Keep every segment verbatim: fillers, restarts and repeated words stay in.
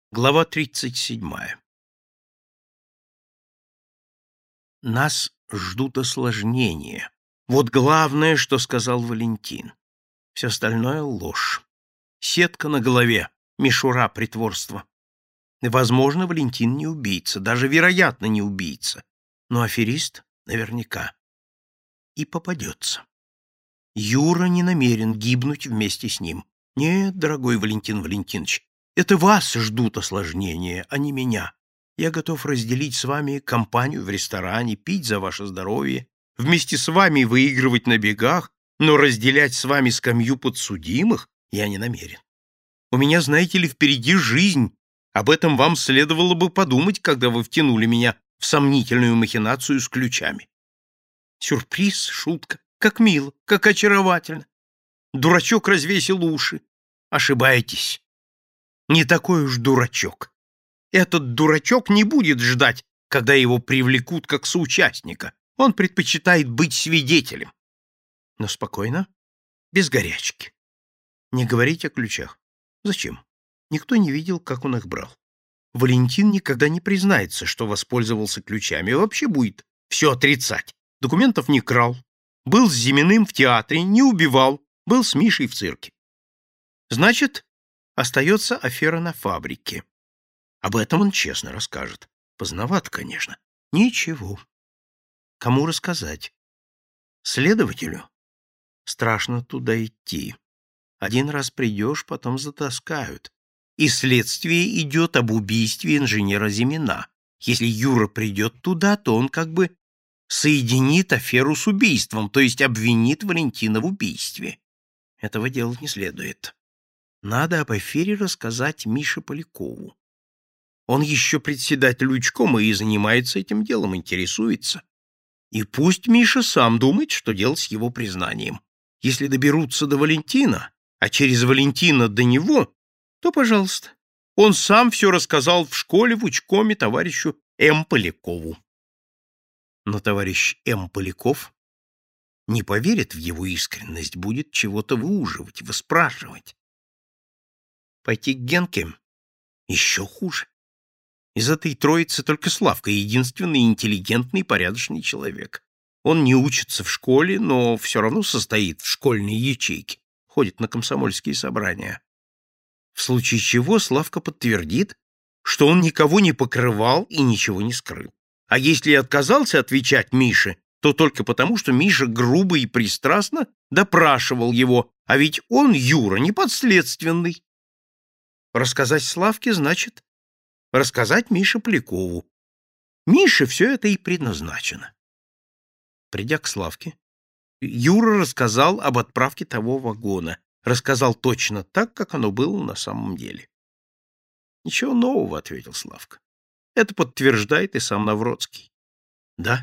Глава тридцать седьмая. Нас ждут осложнения. Вот главное, что сказал Валентин. Все остальное — ложь. Сетка на голове, мишура, притворство. И, возможно, Валентин не убийца, даже, вероятно, не убийца. Но аферист наверняка. И попадется. Юра не намерен гибнуть вместе с ним. Нет, дорогой Валентин Валентинович, это вас ждут осложнения, а не меня. Я готов разделить с вами компанию в ресторане, пить за ваше здоровье, вместе с вами выигрывать на бегах, но разделять с вами скамью подсудимых я не намерен. У меня, знаете ли, впереди жизнь. Об этом вам следовало бы подумать, когда вы втянули меня в сомнительную махинацию с ключами. Сюрприз, шутка. Как мило, как очаровательно. Дурачок развесил уши. Ошибаетесь. Не такой уж дурачок. Этот дурачок не будет ждать, когда его привлекут как соучастника. Он предпочитает быть свидетелем. Но спокойно, без горячки. Не говорить о ключах. Зачем? Никто не видел, как он их брал. Валентин никогда не признается, что воспользовался ключами, и вообще будет все отрицать. Документов не крал, был с Зиминым в театре, не убивал, был с Мишей в цирке. Значит, остается афера на фабрике. Об этом он честно расскажет. Поздновато, конечно. Ничего. Кому рассказать? Следователю? Страшно туда идти. Один раз придешь, потом затаскают. И следствие идет об убийстве инженера Зимина. Если Юра придет туда, то он как бы соединит аферу с убийством, то есть обвинит Валентина в убийстве. Этого делать не следует. Надо об афере рассказать Мише Полякову. Он еще председатель учкома и занимается этим делом, интересуется. И пусть Миша сам думает, что делать с его признанием. Если доберутся до Валентина, а через Валентина до него, то, пожалуйста, он сам все рассказал в школе, в учкоме товарищу М. Полякову. Но товарищ М. Поляков не поверит в его искренность, будет чего-то выуживать, выспрашивать. Пойти к Генке еще хуже. Из этой троицы только Славка единственный интеллигентный, порядочный человек. Он не учится в школе, но все равно состоит в школьной ячейке, ходит на комсомольские собрания. В случае чего Славка подтвердит, что он никого не покрывал и ничего не скрыл. А если и отказался отвечать Мише, то только потому, что Миша грубо и пристрастно допрашивал его, а ведь он, Юра, не подследственный. Рассказать Славке значит рассказать Мише Полякову. Мише все это и предназначено. Придя к Славке, Юра рассказал об отправке того вагона, рассказал точно так, как оно было на самом деле. «Ничего нового», — ответил Славка. «Это подтверждает и сам Навроцкий». «Да?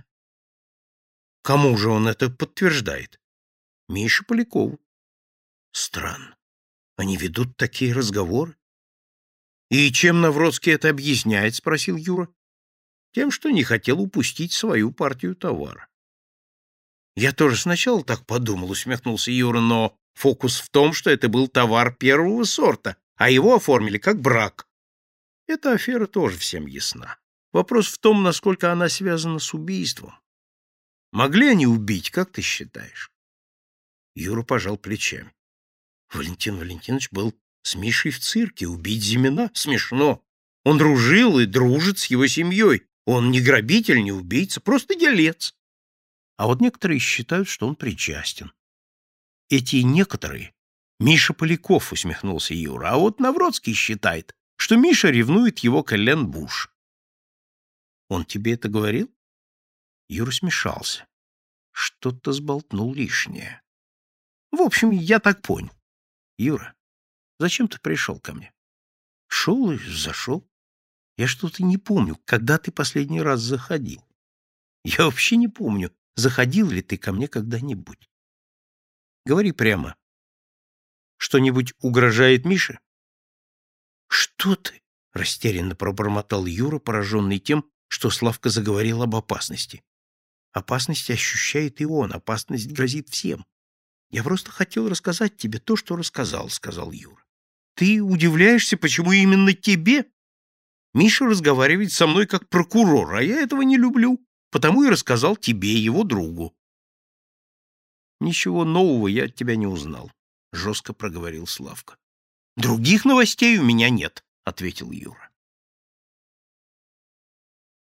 Кому же он это подтверждает?» «Мише Полякову». «Странно. Они ведут такие разговоры». «И чем Навроцкий это объясняет?» — спросил Юра. «Тем, что не хотел упустить свою партию товара». «Я тоже сначала так подумал», — усмехнулся Юра, «но фокус в том, что это был товар первого сорта, а его оформили как брак. Эта афера тоже всем ясна. Вопрос в том, насколько она связана с убийством. Могли они убить, как ты считаешь?» Юра пожал плечами. Валентин Валентинович был с Мишей в цирке. Убить Зимина? Смешно. Он дружил и дружит с его семьей. Он не грабитель, не убийца, просто делец. А вот некоторые считают, что он причастен. Эти некоторые — Миша Поляков, усмехнулся Юра, а вот Навроцкий считает, что Миша ревнует его к Элен Буш. Он тебе это говорил? Юра смешался. Что-то сболтнул лишнее. В общем, я так понял. Юра, зачем ты пришел ко мне? Шел и зашел. Я что-то не помню, когда ты последний раз заходил. Я вообще не помню, заходил ли ты ко мне когда-нибудь. Говори прямо. Что-нибудь угрожает Мише? Что ты? Растерянно пробормотал Юра, пораженный тем, что Славка заговорил об опасности. Опасность ощущает и он, опасность грозит всем. Я просто хотел рассказать тебе то, что рассказал, сказал Юра. Ты удивляешься, почему именно тебе? Миша разговаривает со мной как прокурор, а я этого не люблю, потому и рассказал тебе, его другу. Ничего нового я от тебя не узнал, — жестко проговорил Славка. Других новостей у меня нет, — ответил Юра.